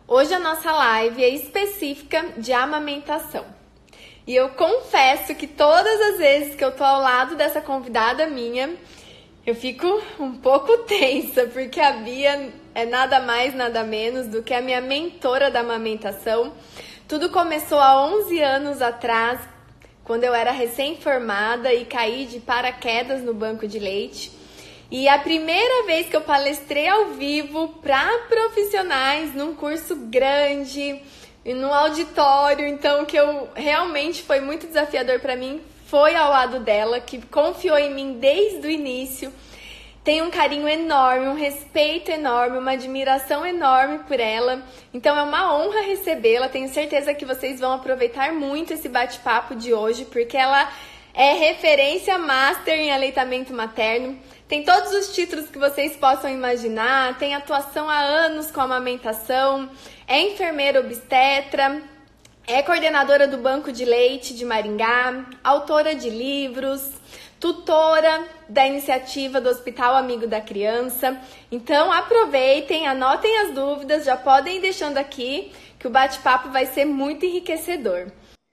Hoje a nossa live é específica de amamentação. E eu confesso que todas as vezes que eu tô ao lado dessa convidada minha, eu fico um pouco tensa, porque a Bia é nada mais, nada menos do que a minha mentora da amamentação. Tudo começou há 11 anos atrás, quando eu era recém-formada e caí de paraquedas no banco de leite. E a primeira vez que eu palestrei ao vivo para profissionais num curso grande, num auditório, então que eu realmente foi muito desafiador para mim, foi ao lado dela, que confiou em mim desde o início. Tenho um carinho enorme, um respeito enorme, uma admiração enorme por ela. Então é uma honra recebê-la. Tenho certeza que vocês vão aproveitar muito esse bate-papo de hoje, porque ela é referência master em aleitamento materno. Tem todos os títulos que vocês possam imaginar, tem atuação há anos com amamentação, é enfermeira obstetra, é coordenadora do Banco de Leite de Maringá, autora de livros, tutora da iniciativa do Hospital Amigo da Criança. Então aproveitem, anotem as dúvidas, já podem ir deixando aqui que o bate-papo vai ser muito enriquecedor.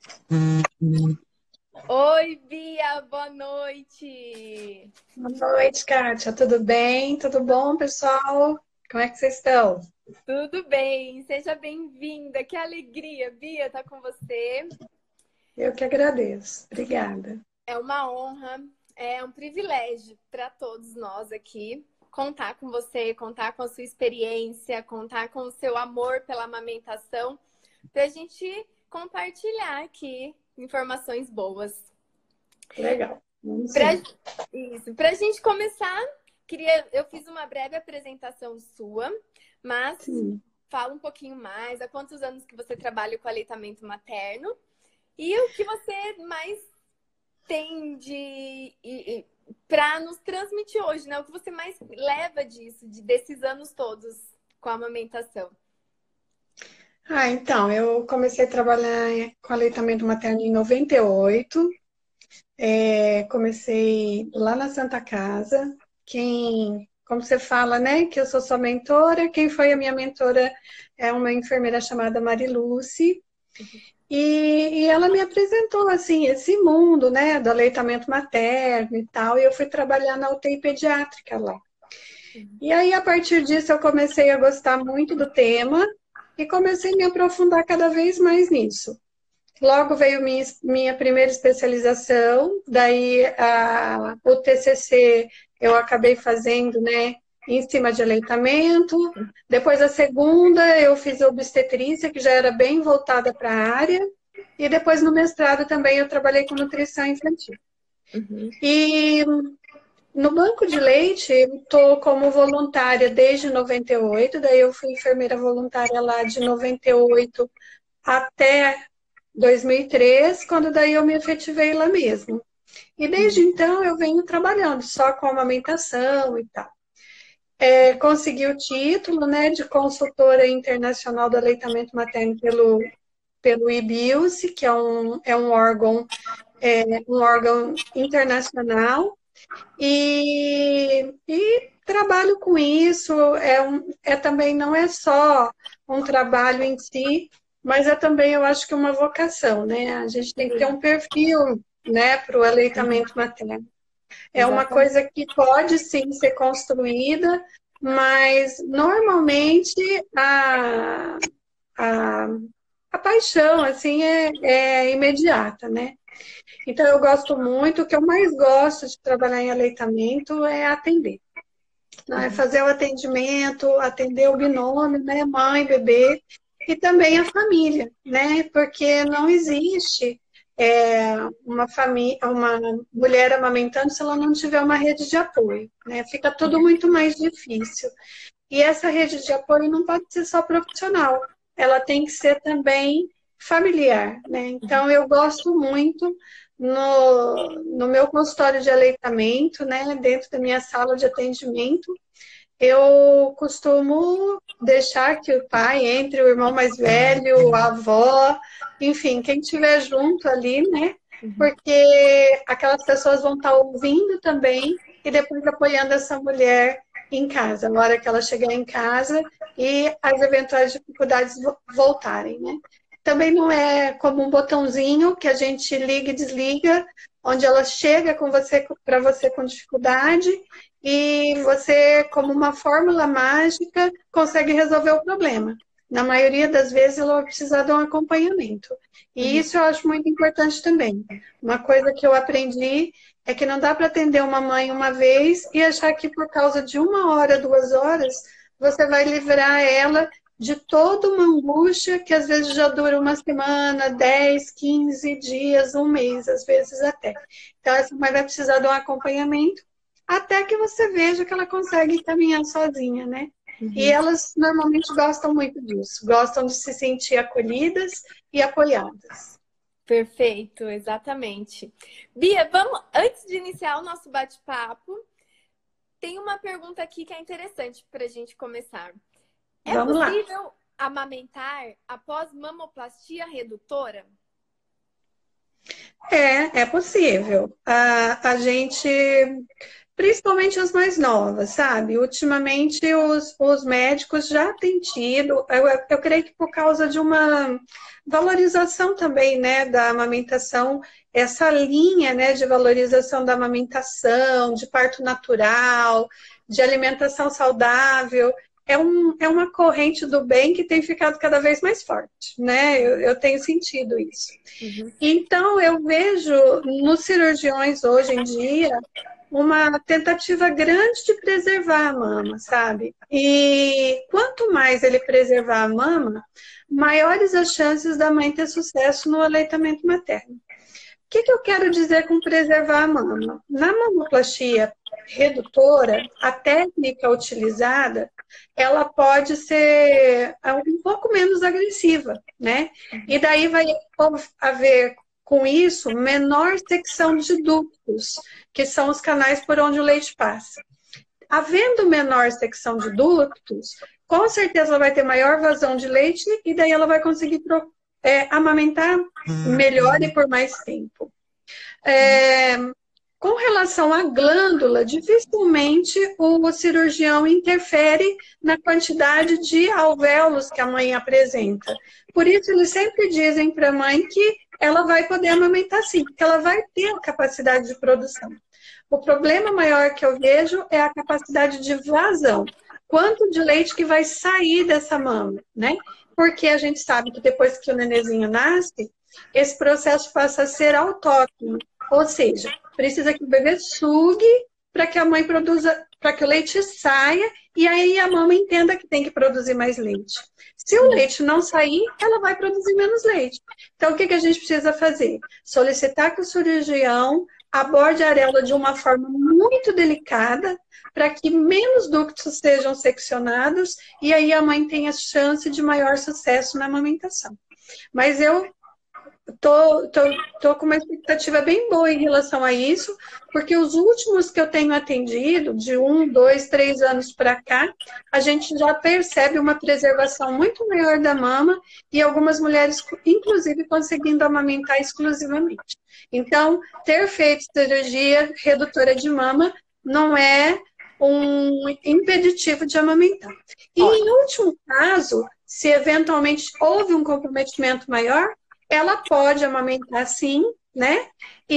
Oi, Bia, boa noite! Boa noite, Kátia. Tudo bem? Tudo bom, pessoal? Como é que vocês estão? Tudo bem, seja bem-vinda. Que alegria, Bia, estar com você. Eu que agradeço. Obrigada. É uma honra, é um privilégio para todos nós aqui contar com você, contar com a sua experiência, contar com o seu amor pela amamentação, para a gente compartilhar aqui informações boas. Legal. Para a gente começar, eu fiz uma breve apresentação sua, mas fala um pouquinho mais, há quantos anos que você trabalha com aleitamento materno e o que você mais tem para nos transmitir hoje, né? O que você mais leva disso, desses anos todos com a amamentação? Então, eu comecei a trabalhar com aleitamento materno em 98. Comecei lá na Santa Casa. Como você fala, né, que eu sou sua mentora, quem foi a minha mentora é uma enfermeira chamada Mariluce. E ela me apresentou, assim, esse mundo, né, do aleitamento materno e tal, e eu fui trabalhar na UTI pediátrica lá. E aí, a partir disso, eu comecei a gostar muito do tema e comecei a me aprofundar cada vez mais nisso. Logo veio minha primeira especialização, daí o TCC eu acabei fazendo, né, em cima de aleitamento. Depois a segunda eu fiz obstetrícia, que já era bem voltada para a área. E depois no mestrado também eu trabalhei com nutrição infantil. E no banco de leite eu estou como voluntária desde 98, daí eu fui enfermeira voluntária lá de 98 até 2003, quando daí eu me efetivei lá mesmo. E desde então eu venho trabalhando só com amamentação e tal. Consegui o título, né, de consultora internacional do aleitamento materno pelo IBILSE, que é um órgão internacional, e trabalho com isso. Também não é só um trabalho em si, mas é também, eu acho que uma vocação, né? A gente tem que ter um perfil, né, para o aleitamento materno. É uma coisa que pode sim ser construída, mas normalmente a paixão assim é imediata, né? Então eu gosto muito, o que eu mais gosto de trabalhar em aleitamento é atender. É fazer o atendimento, atender o binômio, né? Mãe, bebê, e também a família, né? Porque não existe uma mulher amamentando se ela não tiver uma rede de apoio, né? Fica tudo muito mais difícil. E essa rede de apoio não pode ser só profissional, ela tem que ser também familiar, né? Então eu gosto muito no meu consultório de aleitamento, né? Dentro da minha sala de atendimento, eu costumo deixar que o pai entre, o irmão mais velho, a avó, enfim, quem estiver junto ali, né? Porque aquelas pessoas vão estar ouvindo também e depois apoiando essa mulher em casa, na hora que ela chegar em casa e as eventuais dificuldades voltarem, né? Também não é como um botãozinho que a gente liga e desliga, onde ela chega com você para você com dificuldade e você, como uma fórmula mágica, consegue resolver o problema. Na maioria das vezes, ela vai precisar de um acompanhamento. E isso eu acho muito importante também. Uma coisa que eu aprendi é que não dá para atender uma mãe uma vez e achar que por causa de 1 hora, 2 horas, você vai livrar ela de toda uma angústia que às vezes já dura uma semana, 10, 15 dias, um mês, às vezes até. Então, essa mãe vai precisar de um acompanhamento até que você veja que ela consegue caminhar sozinha, né? E elas normalmente gostam muito disso, gostam de se sentir acolhidas e apoiadas. Perfeito, exatamente. Bia, antes de iniciar o nosso bate-papo, tem uma pergunta aqui que é interessante para a gente começar. Vamos lá. Possível amamentar após mamoplastia redutora? É possível. A gente, principalmente as mais novas, sabe? Ultimamente os médicos já têm tido, eu creio que por causa de uma valorização também, né, da amamentação, essa linha, né, de valorização da amamentação, de parto natural, de alimentação saudável. É uma corrente do bem que tem ficado cada vez mais forte, né? Eu tenho sentido isso. Então, eu vejo nos cirurgiões hoje em dia uma tentativa grande de preservar a mama, sabe? E quanto mais ele preservar a mama, maiores as chances da mãe ter sucesso no aleitamento materno. O que eu quero dizer com preservar a mama? Na mamoplastia redutora, a técnica utilizada, ela pode ser um pouco menos agressiva, né? E daí vai haver, com isso, menor secção de ductos, que são os canais por onde o leite passa. Havendo menor secção de ductos, com certeza ela vai ter maior vazão de leite e daí ela vai conseguir amamentar melhor e por mais tempo. Com relação à glândula, dificilmente o cirurgião interfere na quantidade de alvéolos que a mãe apresenta. Por isso, eles sempre dizem para a mãe que ela vai poder amamentar sim, porque ela vai ter a capacidade de produção. O problema maior que eu vejo é a capacidade de vazão. Quanto de leite que vai sair dessa mama, né? Porque a gente sabe que depois que o nenenzinho nasce, esse processo passa a ser autótono. Ou seja, precisa que o bebê sugue para que a mãe produza, para que o leite saia e aí a mama entenda que tem que produzir mais leite. Se o leite não sair, ela vai produzir menos leite. Então, o que a gente precisa fazer? Solicitar que o cirurgião aborde a areola de uma forma muito delicada para que menos ductos sejam seccionados e aí a mãe tenha chance de maior sucesso na amamentação. Mas eu tô com uma expectativa bem boa em relação a isso, porque os últimos que eu tenho atendido, de 1, 2, 3 anos para cá, a gente já percebe uma preservação muito maior da mama e algumas mulheres, inclusive, conseguindo amamentar exclusivamente. Então, ter feito cirurgia redutora de mama não é um impeditivo de amamentar. E, em último caso, se eventualmente houve um comprometimento maior, ela pode amamentar sim, né?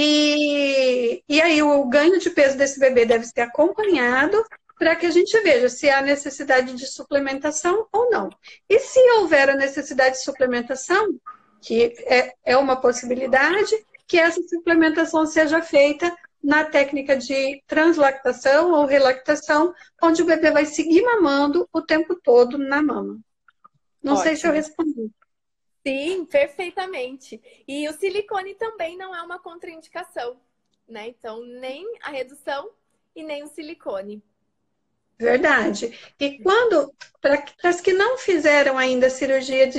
E aí o ganho de peso desse bebê deve ser acompanhado para que a gente veja se há necessidade de suplementação ou não. E se houver a necessidade de suplementação, que é uma possibilidade, que essa suplementação seja feita na técnica de translactação ou relactação, onde o bebê vai seguir mamando o tempo todo na mama. Não sei se eu respondi. Sim, perfeitamente. E o silicone também não é uma contraindicação, né? Então, nem a redução e nem o silicone. Verdade. E para as que não fizeram ainda cirurgia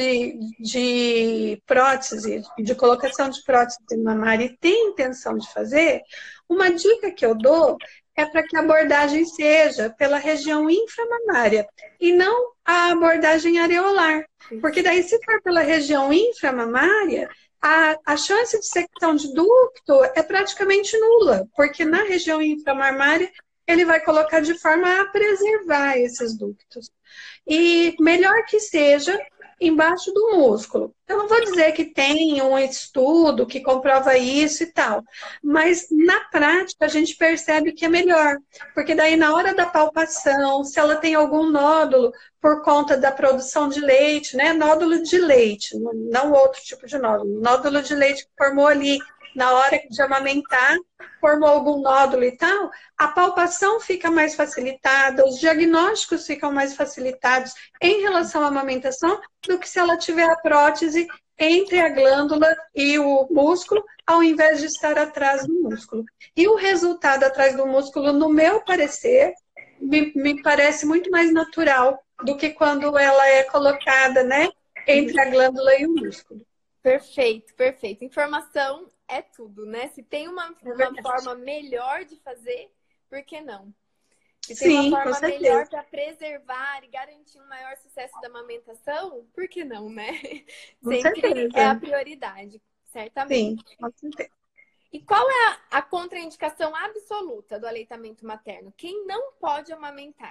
de prótese, de colocação de prótese mamária e têm intenção de fazer, uma dica que eu dou é para que a abordagem seja pela região inframamária e não a abordagem areolar. Porque daí, se for pela região inframamária, a chance de secção de ducto é praticamente nula, porque na região inframamária ele vai colocar de forma a preservar esses ductos. E melhor que seja embaixo do músculo. Eu não vou dizer que tem um estudo que comprova isso e tal, mas na prática a gente percebe que é melhor, porque daí na hora da palpação, se ela tem algum nódulo por conta da produção de leite, né? Nódulo de leite, não outro tipo de nódulo, nódulo de leite que formou ali na hora de amamentar, formou algum nódulo e tal, a palpação fica mais facilitada, os diagnósticos ficam mais facilitados em relação à amamentação do que se ela tiver a prótese entre a glândula e o músculo, ao invés de estar atrás do músculo. E o resultado atrás do músculo, no meu parecer, me parece muito mais natural do que quando ela é colocada, né, entre a glândula e o músculo. Perfeito, perfeito. Informação é tudo, né? Se tem uma forma melhor de fazer, por que não? Se tem uma forma melhor para preservar e garantir um maior sucesso da amamentação, por que não, né? Sempre é a prioridade, certamente. Sim, com certeza. E qual é a contraindicação absoluta do aleitamento materno? Quem não pode amamentar?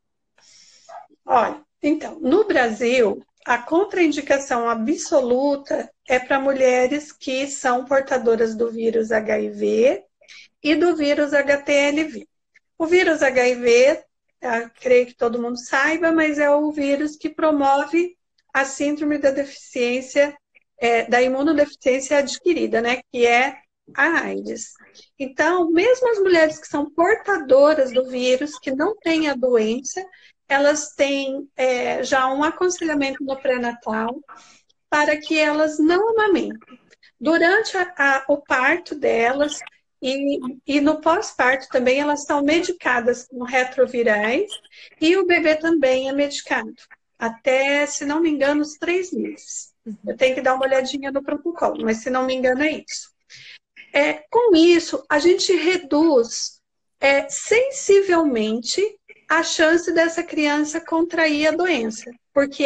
Olha, então, no Brasil, a contraindicação absoluta é para mulheres que são portadoras do vírus HIV e do vírus HTLV. O vírus HIV, creio que todo mundo saiba, mas é o vírus que promove a síndrome da deficiência, da imunodeficiência adquirida, né? Que é a AIDS. Então, mesmo as mulheres que são portadoras do vírus, que não têm a doença, elas têm já um aconselhamento no pré-natal para que elas não amamentem. Durante o parto delas e no pós-parto também, elas são medicadas com retrovirais e o bebê também é medicado. Até, se não me engano, os 3 meses. Eu tenho que dar uma olhadinha no protocolo, mas se não me engano é isso. Com isso, a gente reduz sensivelmente a chance dessa criança contrair a doença. Porque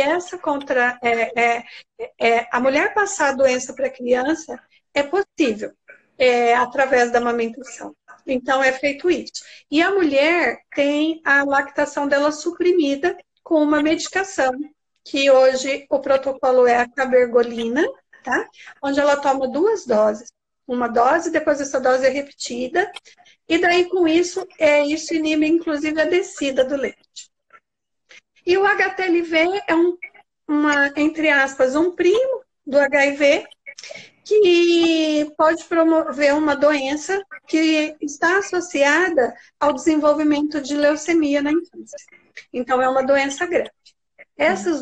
a mulher passar a doença para a criança é possível, através da amamentação. Então, é feito isso. E a mulher tem a lactação dela suprimida com uma medicação, que hoje o protocolo é a cabergolina, tá? Onde ela toma 2 doses. Uma dose, depois essa dose é repetida, e daí com isso, isso inibe inclusive a descida do leite. E o HTLV é entre aspas, um primo do HIV, que pode promover uma doença que está associada ao desenvolvimento de leucemia na infância. Então, é uma doença grave. Esses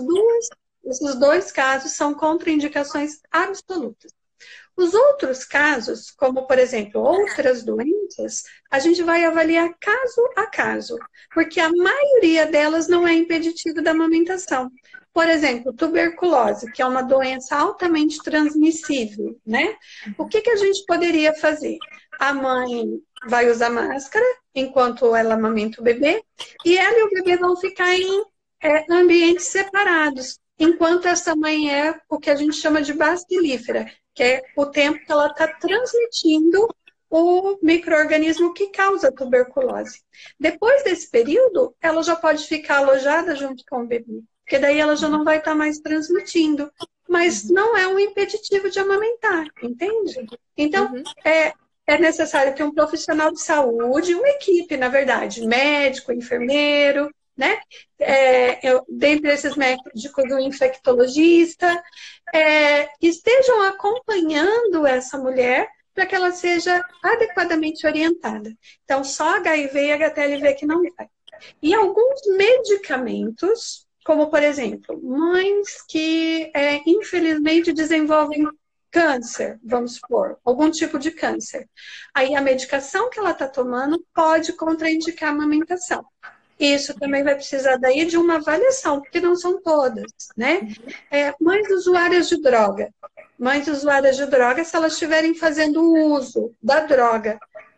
2 casos são contraindicações absolutas. Os outros casos, como, por exemplo, outras doenças, a gente vai avaliar caso a caso, porque a maioria delas não é impeditivo da amamentação. Por exemplo, tuberculose, que é uma doença altamente transmissível, né? O que a gente poderia fazer? A mãe vai usar máscara enquanto ela amamenta o bebê, e ela e o bebê vão ficar em ambientes separados, enquanto essa mãe é o que a gente chama de bacilífera, que é o tempo que ela está transmitindo o micro-organismo que causa a tuberculose. Depois desse período, ela já pode ficar alojada junto com o bebê, porque daí ela já não vai estar mais transmitindo. Mas não é um impeditivo de amamentar, entende? Então, é necessário ter um profissional de saúde, uma equipe, na verdade, médico, enfermeiro, né? Dentre esses médicos, o infectologista, estejam acompanhando essa mulher para que ela seja adequadamente orientada. Então, só HIV e HTLV que não vai. E alguns medicamentos, como, por exemplo, mães que, infelizmente, desenvolvem câncer, vamos supor, algum tipo de câncer. Aí, a medicação que ela está tomando pode contraindicar a amamentação. Isso também vai precisar daí de uma avaliação, porque não são todas, né? Mães usuárias de droga. Mães usuárias de droga, se elas estiverem fazendo o uso da droga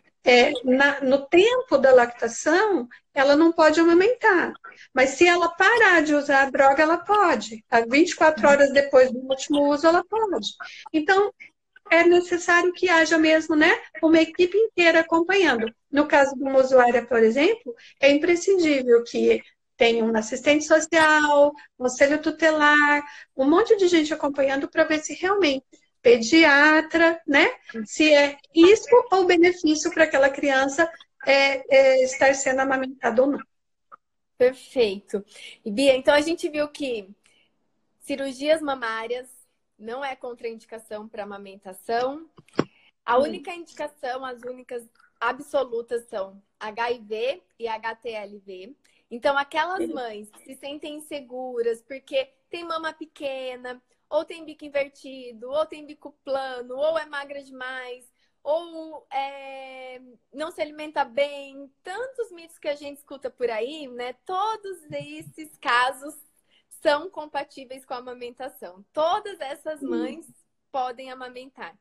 no tempo da lactação, ela não pode amamentar. Mas se ela parar de usar a droga, ela pode. 24 horas depois do último uso, ela pode. Então, é necessário que haja mesmo, né, uma equipe inteira acompanhando. No caso de uma usuária, por exemplo, é imprescindível que tenha um assistente social, um conselho tutelar, um monte de gente acompanhando para ver se realmente pediatra, né, se é risco ou benefício para aquela criança estar sendo amamentada ou não. Perfeito. E Bia, então a gente viu que cirurgias mamárias não é contraindicação para amamentação. A única indicação, as únicas absolutas são HIV e HTLV. Então, aquelas mães que se sentem inseguras porque tem mama pequena, ou tem bico invertido, ou tem bico plano, ou é magra demais, ou não se alimenta bem, tantos mitos que a gente escuta por aí, né? Todos esses casos são compatíveis com a amamentação. Todas essas mães podem amamentar.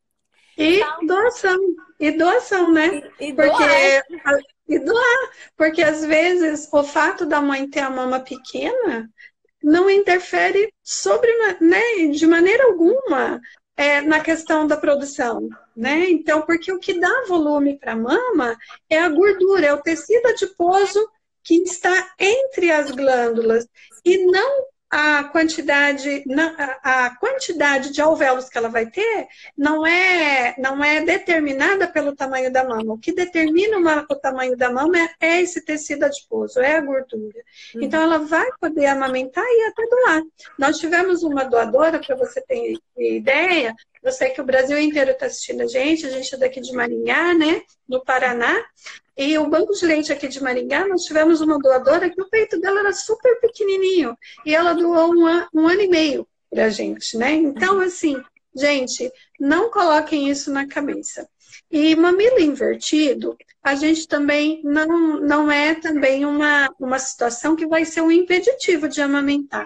E doação, né? E Porque, doar. e doar, porque às vezes o fato da mãe ter a mama pequena não interfere né, de maneira alguma na questão da produção, né? Então, porque o que dá volume para a mama é a gordura, é o tecido adiposo que está entre as glândulas e não a quantidade de alvéolos que ela vai ter não é determinada pelo tamanho da mama. O que determina o tamanho da mama é esse tecido adiposo, é a gordura. Então, ela vai poder amamentar e até doar. Nós tivemos uma doadora, para você ter ideia, eu sei que o Brasil inteiro está assistindo a gente é daqui de Maringá, né, no Paraná, e o Banco de Leite aqui de Maringá, nós tivemos uma doadora que o peito dela era super pequenininho, e ela doou um ano e meio para a gente, né? Então, assim, gente, não coloquem isso na cabeça. E mamilo invertido, a gente também não é também uma situação que vai ser um impeditivo de amamentar.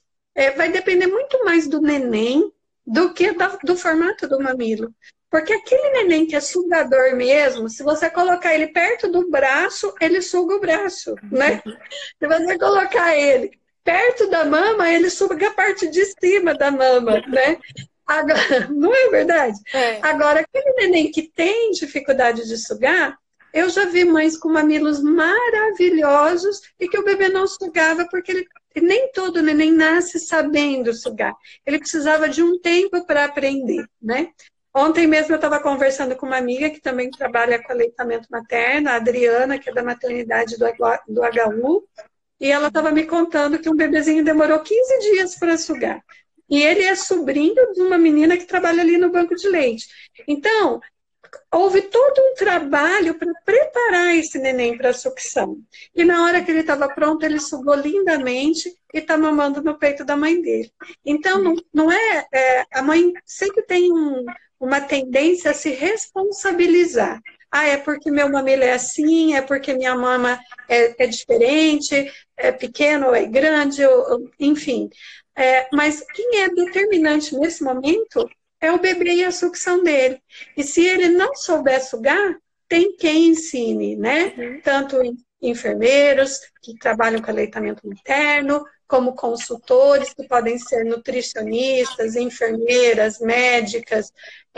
Vai depender muito mais do neném do que do formato do mamilo. Porque aquele neném que é sugador mesmo, se você colocar ele perto do braço, ele suga o braço, né? Se você colocar ele perto da mama, ele suga a parte de cima da mama, né? Agora, não é verdade? Agora, aquele neném que tem dificuldade de sugar, eu já vi mães com mamilos maravilhosos e que o bebê não sugava porque nem todo neném nasce sabendo sugar. Ele precisava de um tempo para aprender, né? Ontem mesmo eu estava conversando com uma amiga que também trabalha com aleitamento materno, a Adriana, que é da maternidade do HU, e ela estava me contando que um bebezinho demorou 15 dias para sugar. E ele é sobrinho de uma menina que trabalha ali no banco de leite. Então, houve todo um trabalho para preparar esse neném para a sucção. E na hora que ele estava pronto, ele sugou lindamente e está mamando no peito da mãe dele. Então, não é a mãe sempre tem uma tendência a se responsabilizar. Ah, é porque meu mamilo é assim, é porque minha mama é diferente, é pequeno ou é grande, enfim. Mas quem é determinante nesse momento é o bebê e a sucção dele. E se ele não souber sugar, tem quem ensine, né? Tanto enfermeiros que trabalham com aleitamento materno, como consultores que podem ser nutricionistas, enfermeiras, médicas,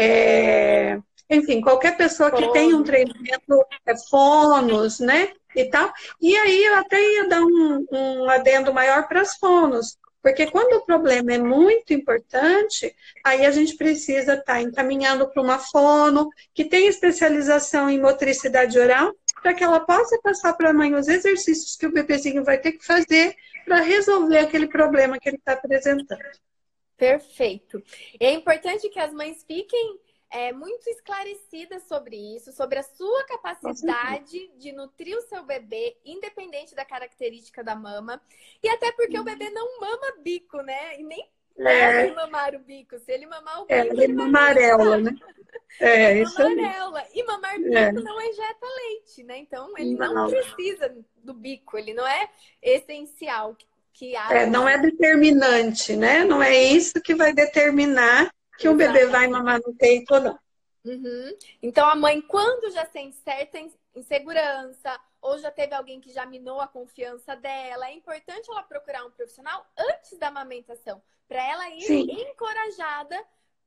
enfim, qualquer pessoa que tenha um treinamento, fonos, né? E tal. E aí eu até ia dar um adendo maior para as fonos. Porque quando o problema é muito importante, aí a gente precisa estar encaminhando para uma fono que tem especialização em motricidade oral, para que ela possa passar para a mãe os exercícios que o bebezinho vai ter que fazer para resolver aquele problema que ele está apresentando. Perfeito. É importante que as mães fiquem muito esclarecidas sobre isso, sobre a sua capacidade de nutrir o seu bebê, independente da característica da mama. E até porque o bebê não mama bico, né? E nem deve mamar o bico. Se ele mamar o bico, ele vai mamarela, né? isso mamarela. Aí. E mamar bico não ejeta leite, né? Então, ele não precisa do bico. Ele não é essencial que haja. Não é determinante, né? Não é isso que vai determinar que o bebê vai mamar no peito ou não. Então, a mãe, quando já sente certa insegurança, ou já teve alguém que já minou a confiança dela, é importante ela procurar um profissional antes da amamentação, para ela ir encorajada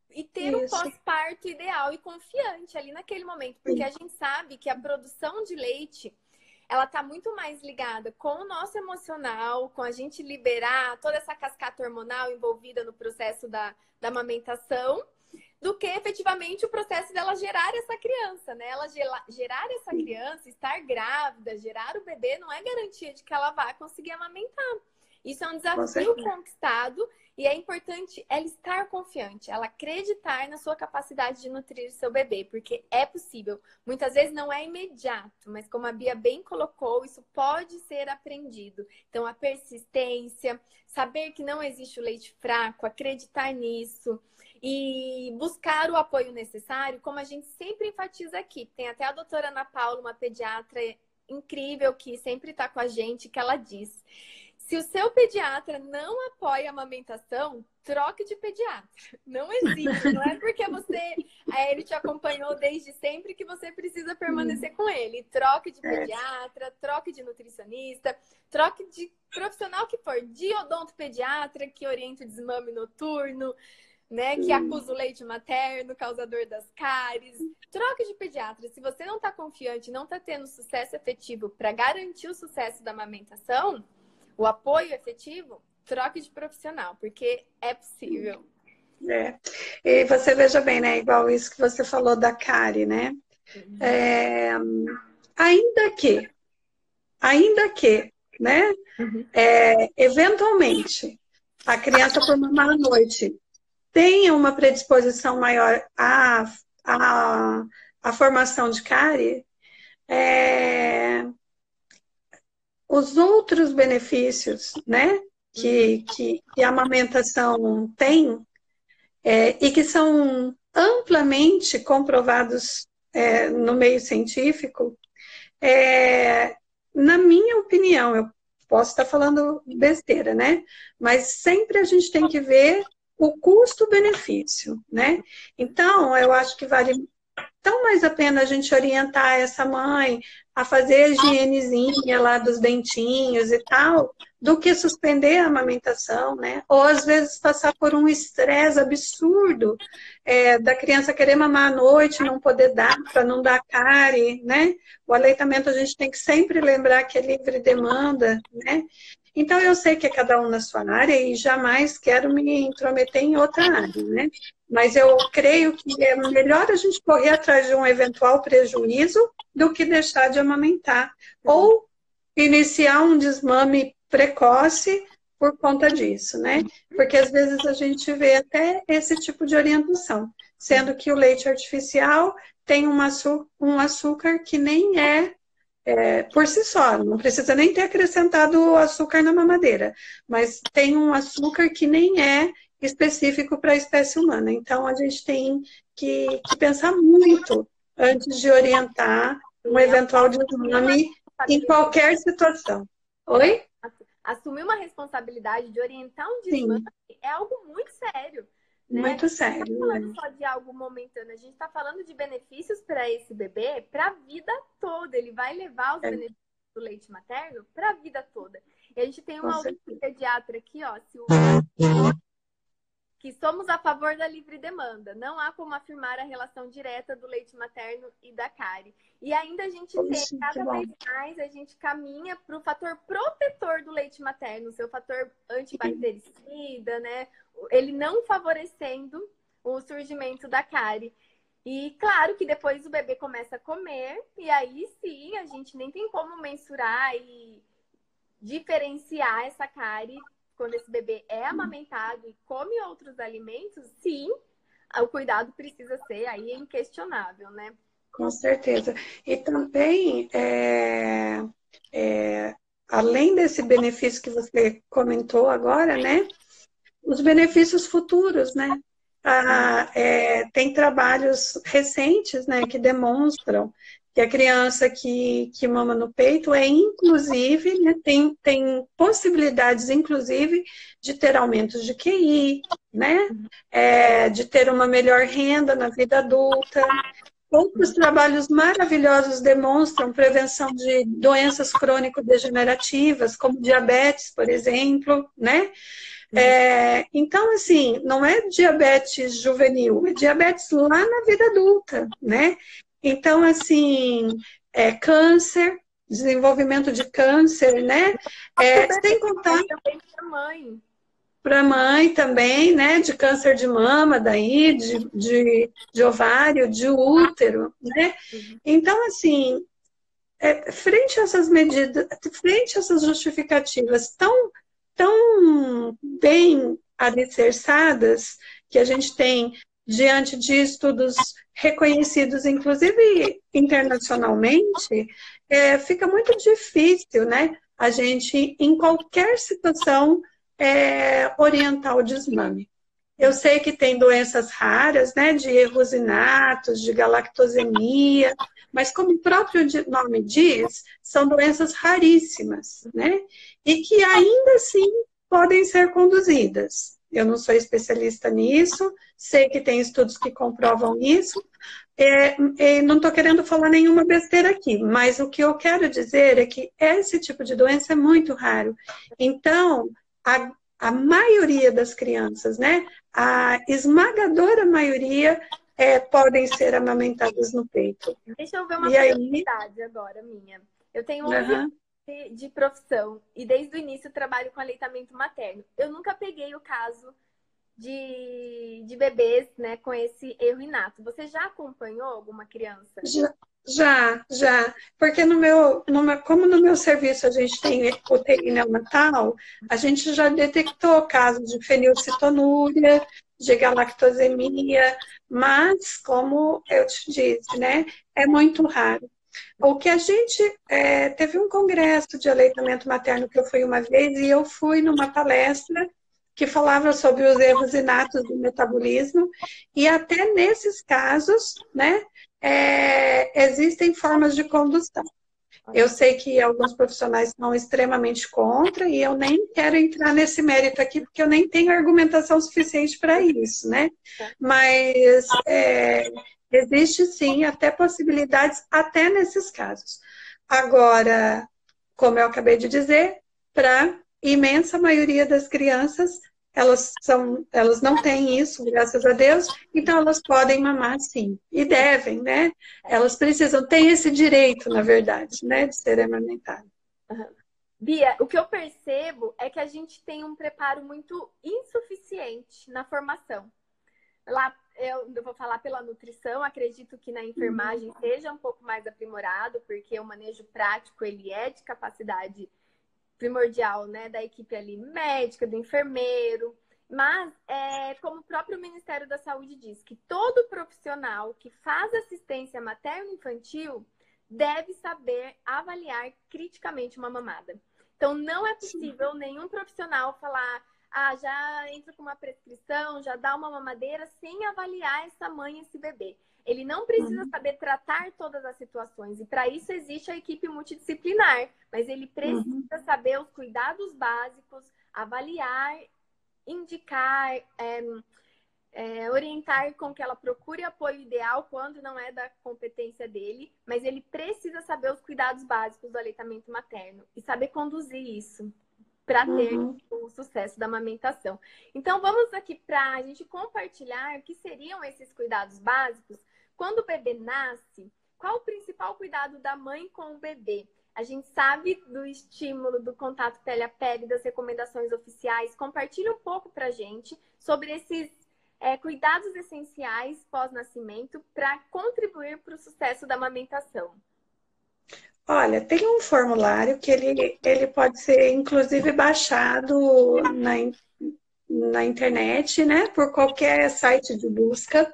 e ter o Isso. pós-parto ideal e confiante ali naquele momento, porque a gente sabe que a produção de leite ela tá muito mais ligada com o nosso emocional, com a gente liberar toda essa cascata hormonal envolvida no processo da amamentação, do que efetivamente o processo dela gerar essa criança, né? Ela gerar essa criança, estar grávida, gerar o bebê, não é garantia de que ela vai conseguir amamentar. Isso é um desafio conquistado e é importante ela estar confiante, ela acreditar na sua capacidade de nutrir o seu bebê, porque é possível. Muitas vezes não é imediato, mas como a Bia bem colocou, isso pode ser aprendido. Então, a persistência, saber que não existe o leite fraco, acreditar nisso e buscar o apoio necessário, como a gente sempre enfatiza aqui. Tem até a doutora Ana Paula, uma pediatra incrível que sempre está com a gente, que ela diz: se o seu pediatra não apoia a amamentação, troque de pediatra. Não existe. Não é porque ele te acompanhou desde sempre que você precisa permanecer com ele. Troque de pediatra, troque de nutricionista, troque de profissional que for. De odontopediatra, que orienta o desmame noturno, né? Que acusa o leite materno, causador das cáries. Troque de pediatra. Se você não está confiante, não está tendo sucesso efetivo para garantir o sucesso da amamentação, o apoio efetivo, troque de profissional, porque é possível. E você veja bem, né? Igual isso que você falou da cárie, né? Ainda que, né? Eventualmente, a criança por mamar à noite tenha uma predisposição maior à formação de cárie, os outros benefícios, né, que a amamentação tem, e que são amplamente comprovados no meio científico, na minha opinião, eu posso estar falando besteira, né? Mas sempre a gente tem que ver o custo-benefício, né? Então, eu acho que vale tão mais a pena a gente orientar essa mãe a fazer a higienezinha lá dos dentinhos e tal, do que suspender a amamentação, né? Ou às vezes passar por um estresse absurdo da criança querer mamar à noite, não poder dar, para não dar cárie, né? O aleitamento a gente tem que sempre lembrar que é livre demanda, né? Então eu sei que é cada um na sua área e jamais quero me intrometer em outra área, né? Mas eu creio que é melhor a gente correr atrás de um eventual prejuízo do que deixar de amamentar. Ou iniciar um desmame precoce por conta disso, né? Porque às vezes a gente vê até esse tipo de orientação, sendo que o leite artificial tem um açúcar que nem por si só, não precisa nem ter acrescentado açúcar na mamadeira, mas tem um açúcar que nem é específico para a espécie humana. Então, a gente tem que pensar muito antes de orientar um eventual desmame em qualquer situação. Oi? Assumir uma responsabilidade de orientar um desmame é algo muito sério. Né? Muito sério. Não está falando só de algo momentâneo, a gente está falando de benefícios para esse bebê para a vida toda. Ele vai levar os benefícios do leite materno para a vida toda. E a gente tem uma pediatra aqui, ó, que somos a favor da livre demanda. Não há como afirmar a relação direta do leite materno e da cárie. E ainda a gente tem, cada vez mais, a gente caminha para o fator protetor do leite materno, o seu fator antibactericida, né? Ele não favorecendo o surgimento da cárie. E claro que depois o bebê começa a comer, e aí sim, a gente nem tem como mensurar e diferenciar essa cárie. Quando esse bebê é amamentado e come outros alimentos, sim, o cuidado precisa ser aí inquestionável, né? Com certeza. E também, além desse benefício que você comentou agora, né? Os benefícios futuros, né? Tem trabalhos recentes, né, que demonstram que a criança que mama no peito inclusive, né, tem possibilidades, inclusive, de ter aumentos de QI, né? De ter uma melhor renda na vida adulta. Outros trabalhos maravilhosos demonstram prevenção de doenças crônico-degenerativas, como diabetes, por exemplo, né? Então, assim, não é diabetes juvenil, é diabetes lá na vida adulta, né? Então, assim, câncer, desenvolvimento de câncer, né? Sem contar também para mãe. para a mãe também, né? De câncer de mama, daí, de ovário, de útero, né? Então, assim, frente a essas medidas, frente a essas justificativas tão bem alicerçadas que a gente tem diante de estudos reconhecidos, inclusive internacionalmente, fica muito difícil, né? A gente, em qualquer situação, orientar o desmame. Eu sei que tem doenças raras, né, de erros inatos, de galactosemia, mas como o próprio nome diz, são doenças raríssimas, né? E que ainda assim podem ser conduzidas. Eu não sou especialista nisso, sei que tem estudos que comprovam isso, não estou querendo falar nenhuma besteira aqui, mas o que eu quero dizer é que esse tipo de doença é muito raro. Então, a maioria das crianças, né? A esmagadora maioria podem ser amamentadas no peito. Deixa eu ver uma curiosidade agora minha. Eu tenho 11 anos de profissão e desde o início trabalho com aleitamento materno. Eu nunca peguei o caso de bebês, né, com esse erro inato. Você já acompanhou alguma criança? Já. Porque como no meu serviço a gente tem UTI neonatal, a gente já detectou casos de fenilcetonúria, de galactosemia, mas, como eu te disse, né, é muito raro. O que a gente teve um congresso de aleitamento materno que eu fui uma vez e eu fui numa palestra que falava sobre os erros inatos do metabolismo e até nesses casos, né, existem formas de condução. Eu sei que alguns profissionais estão extremamente contra e eu nem quero entrar nesse mérito aqui porque eu nem tenho argumentação suficiente para isso, né? Mas existe sim até possibilidades até nesses casos. Agora, como eu acabei de dizer, para imensa maioria das crianças, elas não têm isso, graças a Deus, então elas podem mamar sim, e devem, né? Elas precisam, têm esse direito, na verdade, né, de ser amamentadas. Bia, o que eu percebo é que a gente tem um preparo muito insuficiente na formação. Lá, eu vou falar pela nutrição, acredito que na enfermagem seja um pouco mais aprimorado, porque o manejo prático, ele é de capacidade primordial, né, da equipe ali médica, do enfermeiro, mas como o próprio Ministério da Saúde diz, que todo profissional que faz assistência materno-infantil deve saber avaliar criticamente uma mamada. Então, não é possível nenhum profissional falar, já entra com uma prescrição, já dá uma mamadeira, sem avaliar essa mãe e esse bebê. Ele não precisa saber tratar todas as situações. E para isso existe a equipe multidisciplinar. Mas ele precisa saber os cuidados básicos, avaliar, indicar, orientar com que ela procure apoio ideal quando não é da competência dele. Mas ele precisa saber os cuidados básicos do aleitamento materno e saber conduzir isso para ter o sucesso da amamentação. Então, vamos aqui para a gente compartilhar o que seriam esses cuidados básicos. Quando o bebê nasce, qual o principal cuidado da mãe com o bebê? A gente sabe do estímulo, do contato pele a pele, das recomendações oficiais. Compartilha um pouco para a gente sobre esses cuidados essenciais pós-nascimento para contribuir para o sucesso da amamentação. Olha, tem um formulário que ele pode ser, inclusive, baixado na internet, né? Por qualquer site de busca.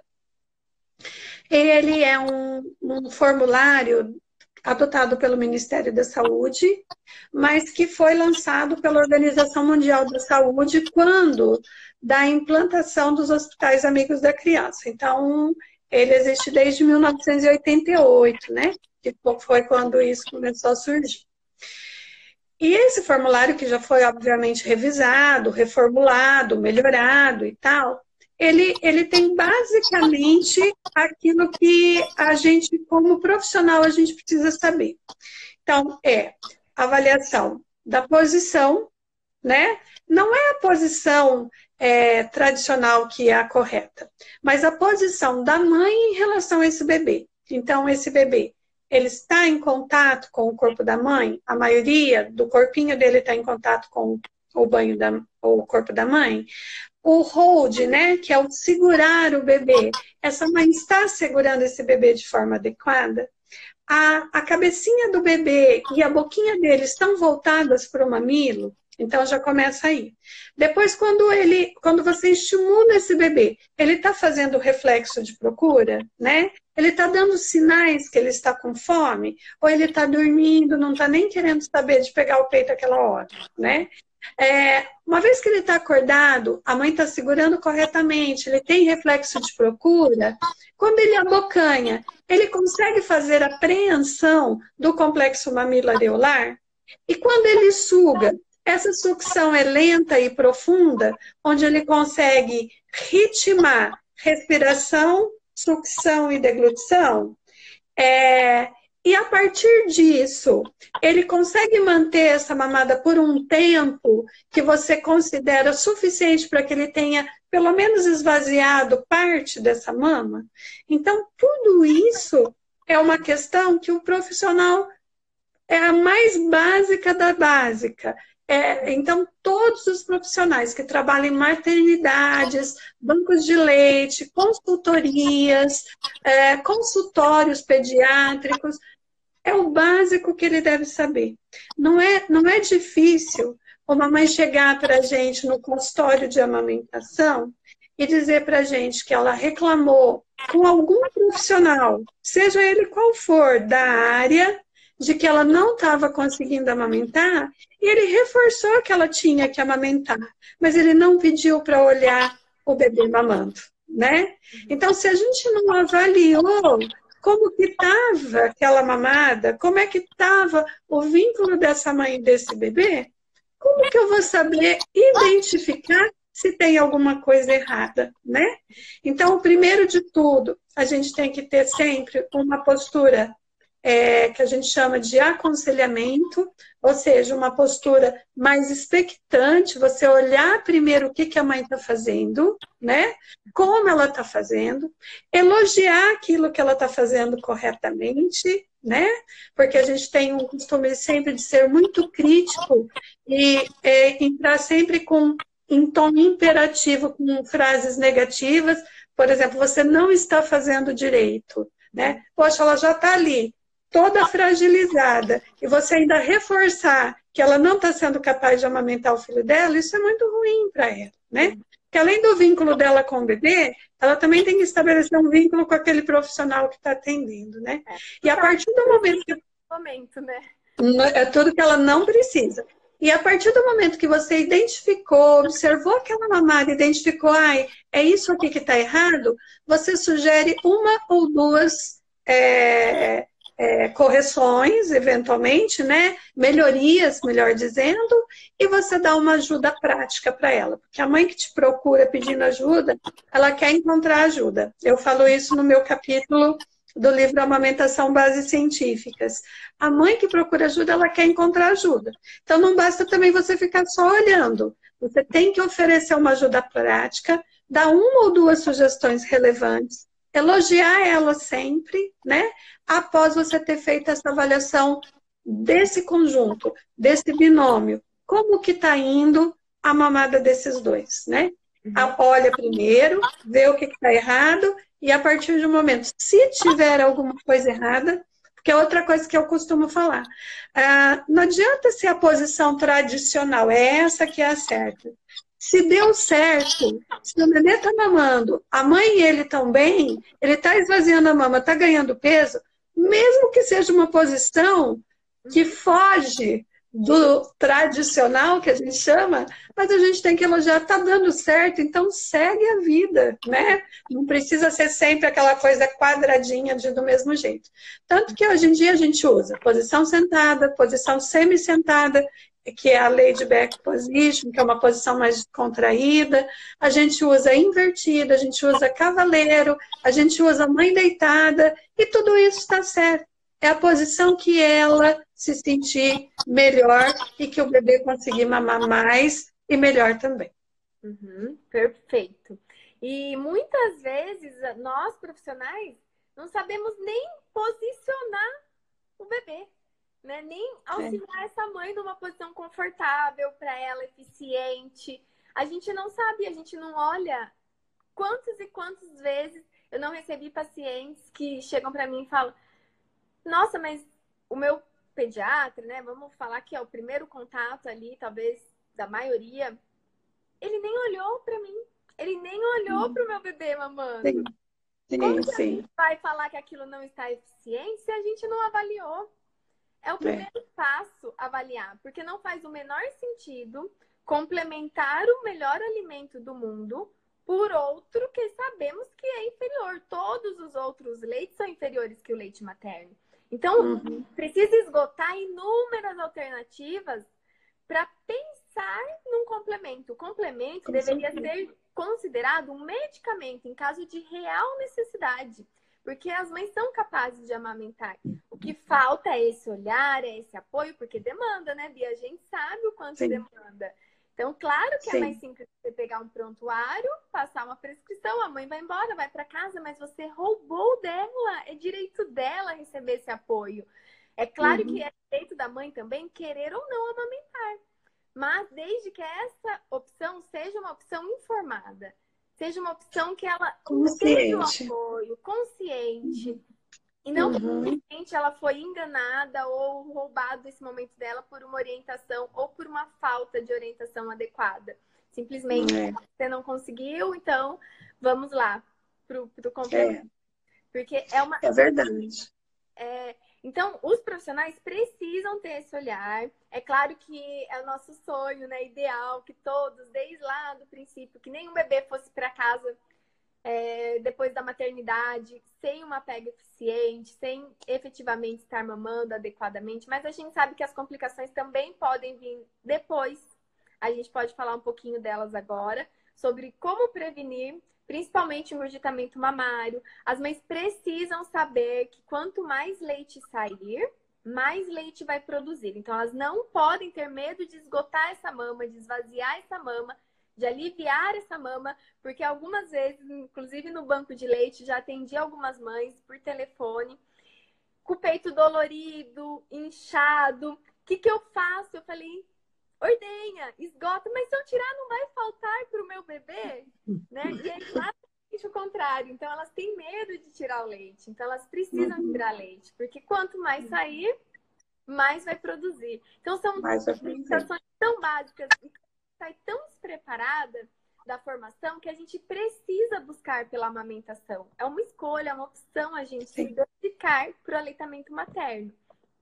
Ele é um formulário adotado pelo Ministério da Saúde, mas que foi lançado pela Organização Mundial da Saúde quando da implantação dos hospitais amigos da criança. Então, ele existe desde 1988, né? Que foi quando isso começou a surgir. E esse formulário, que já foi, obviamente, revisado, reformulado, melhorado e tal, ele tem basicamente aquilo que a gente, como profissional, a gente precisa saber. Então, avaliação da posição, né? Não é a posição tradicional que é a correta, mas a posição da mãe em relação a esse bebê. Então, esse bebê, ele está em contato com o corpo da mãe? A maioria do corpinho dele está em contato com o corpo da mãe? O hold, né, que é o segurar o bebê. Essa mãe está segurando esse bebê de forma adequada? A cabecinha do bebê e a boquinha dele estão voltadas para o mamilo? Então já começa aí. Depois, quando você estimula esse bebê, ele está fazendo reflexo de procura, né? Ele está dando sinais que ele está com fome? Ou ele está dormindo, não está nem querendo saber de pegar o peito aquela hora, né? Uma vez que ele está acordado, a mãe está segurando corretamente, ele tem reflexo de procura. Quando ele abocanha, ele consegue fazer a preensão do complexo mamilareolar? E quando ele suga, essa sucção é lenta e profunda, onde ele consegue ritmar respiração, sucção e deglutição? E a partir disso, ele consegue manter essa mamada por um tempo que você considera suficiente para que ele tenha, pelo menos, esvaziado parte dessa mama? Então, tudo isso é uma questão que o profissional é a mais básica da básica. Então, todos os profissionais que trabalham em maternidades, bancos de leite, consultorias, consultórios pediátricos, é o básico que ele deve saber. Não é difícil uma mãe chegar para a gente no consultório de amamentação e dizer para a gente que ela reclamou com algum profissional, seja ele qual for, da área, de que ela não estava conseguindo amamentar, e ele reforçou que ela tinha que amamentar, mas ele não pediu para olhar o bebê mamando, né? Então, se a gente não avaliou como que estava aquela mamada, como é que estava o vínculo dessa mãe e desse bebê, como que eu vou saber identificar se tem alguma coisa errada, né? Então, o primeiro de tudo, a gente tem que ter sempre uma postura que a gente chama de aconselhamento, ou seja, uma postura mais expectante, você olhar primeiro o que a mãe está fazendo, né? Como ela está fazendo, elogiar aquilo que ela está fazendo corretamente, né? Porque a gente tem um costume sempre de ser muito crítico e entrar sempre em tom imperativo, com frases negativas. Por exemplo, você não está fazendo direito, né? Poxa, ela já está ali, toda fragilizada, e você ainda reforçar que ela não está sendo capaz de amamentar o filho dela, isso é muito ruim para ela, né? Porque além do vínculo dela com o bebê, ela também tem que estabelecer um vínculo com aquele profissional que está atendendo, né? E a partir do momento que... né? É tudo que ela não precisa. E a partir do momento que você identificou, observou aquela mamada, identificou, é isso aqui que está errado, você sugere uma ou duas correções, eventualmente, né? Melhorias, melhor dizendo, e você dá uma ajuda prática para ela. Porque a mãe que te procura pedindo ajuda, ela quer encontrar ajuda. Eu falo isso no meu capítulo do livro Amamentação Bases Científicas. A mãe que procura ajuda, ela quer encontrar ajuda. Então, não basta também você ficar só olhando. Você tem que oferecer uma ajuda prática, dar uma ou duas sugestões relevantes, elogiar ela sempre, né? Após você ter feito essa avaliação desse conjunto, desse binômio. Como que está indo a mamada desses dois, né? Olha primeiro, vê o que está errado, e a partir de um momento, se tiver alguma coisa errada, porque é outra coisa que eu costumo falar, não adianta ser a posição tradicional, é essa que é a certa. Se deu certo, se o nenê está mamando, a mãe e ele estão bem, ele está esvaziando a mama, está ganhando peso, mesmo que seja uma posição que foge do tradicional, que a gente chama, mas a gente tem que elogiar, está dando certo, então segue a vida, né? Não precisa ser sempre aquela coisa quadradinha do mesmo jeito. Tanto que hoje em dia a gente usa posição sentada, posição semi-sentada, que é a laid back position, que é uma posição mais contraída, a gente usa invertida, a gente usa cavaleiro, a gente usa mãe deitada, e tudo isso está certo. É a posição que ela se sentir melhor e que o bebê conseguir mamar mais e melhor também. Perfeito. E muitas vezes nós profissionais não sabemos nem posicionar o bebê, né? Nem auxiliar essa mãe numa posição confortável para ela, eficiente. A gente não sabe, a gente não olha quantas e quantas vezes eu não recebi pacientes que chegam para mim e falam: nossa, mas o meu pediatra, né? Vamos falar que é o primeiro contato ali, talvez da maioria, ele nem olhou para mim, ele nem olhou para o meu bebê mamando. Como que a gente vai falar que aquilo não está eficiente se a gente não avaliou? É o primeiro passo avaliar, porque não faz o menor sentido complementar o melhor alimento do mundo por outro que sabemos que é inferior. Todos os outros leites são inferiores que o leite materno. Então, precisa esgotar inúmeras alternativas para pensar num complemento. O complemento deveria ser considerado um medicamento em caso de real necessidade, porque as mães são capazes de amamentar. O que falta é esse olhar, é esse apoio, porque demanda, né, Bia? A gente sabe o quanto demanda. Então, claro que é mais simples você pegar um prontuário, passar uma prescrição, a mãe vai embora, vai para casa, mas você roubou dela, é direito dela receber esse apoio. É claro que é direito da mãe também querer ou não amamentar, mas desde que essa opção seja uma opção informada, seja uma opção que ela tenha um apoio, consciente, e não que simplesmente ela foi enganada ou roubado esse momento dela por uma orientação ou por uma falta de orientação adequada. Simplesmente você não conseguiu, então vamos lá pro complemento. Porque é uma... É verdade. Então, os profissionais precisam ter esse olhar. É claro que é o nosso sonho, né, ideal, que todos, desde lá do princípio, que nenhum bebê fosse para casa depois da maternidade, sem uma pega eficiente, sem efetivamente estar mamando adequadamente. Mas a gente sabe que as complicações também podem vir depois. A gente pode falar um pouquinho delas agora, sobre como prevenir, principalmente o engurgitamento mamário. As mães precisam saber que quanto mais leite sair, mais leite vai produzir. Então, elas não podem ter medo de esgotar essa mama, de esvaziar essa mama, de aliviar essa mama, porque algumas vezes, inclusive no banco de leite, já atendi algumas mães por telefone, com o peito dolorido, inchado. O que eu faço? Eu falei: ordenha, esgota, mas se eu tirar não vai faltar para o meu bebê, né? E é exatamente o contrário. Então, elas têm medo de tirar o leite. Então, elas precisam tirar leite, porque quanto mais sair, mais vai produzir. Então, são situações tão básicas e sai tão despreparada da formação que a gente precisa buscar pela amamentação. É uma escolha, é uma opção a gente se dedicar para o aleitamento materno.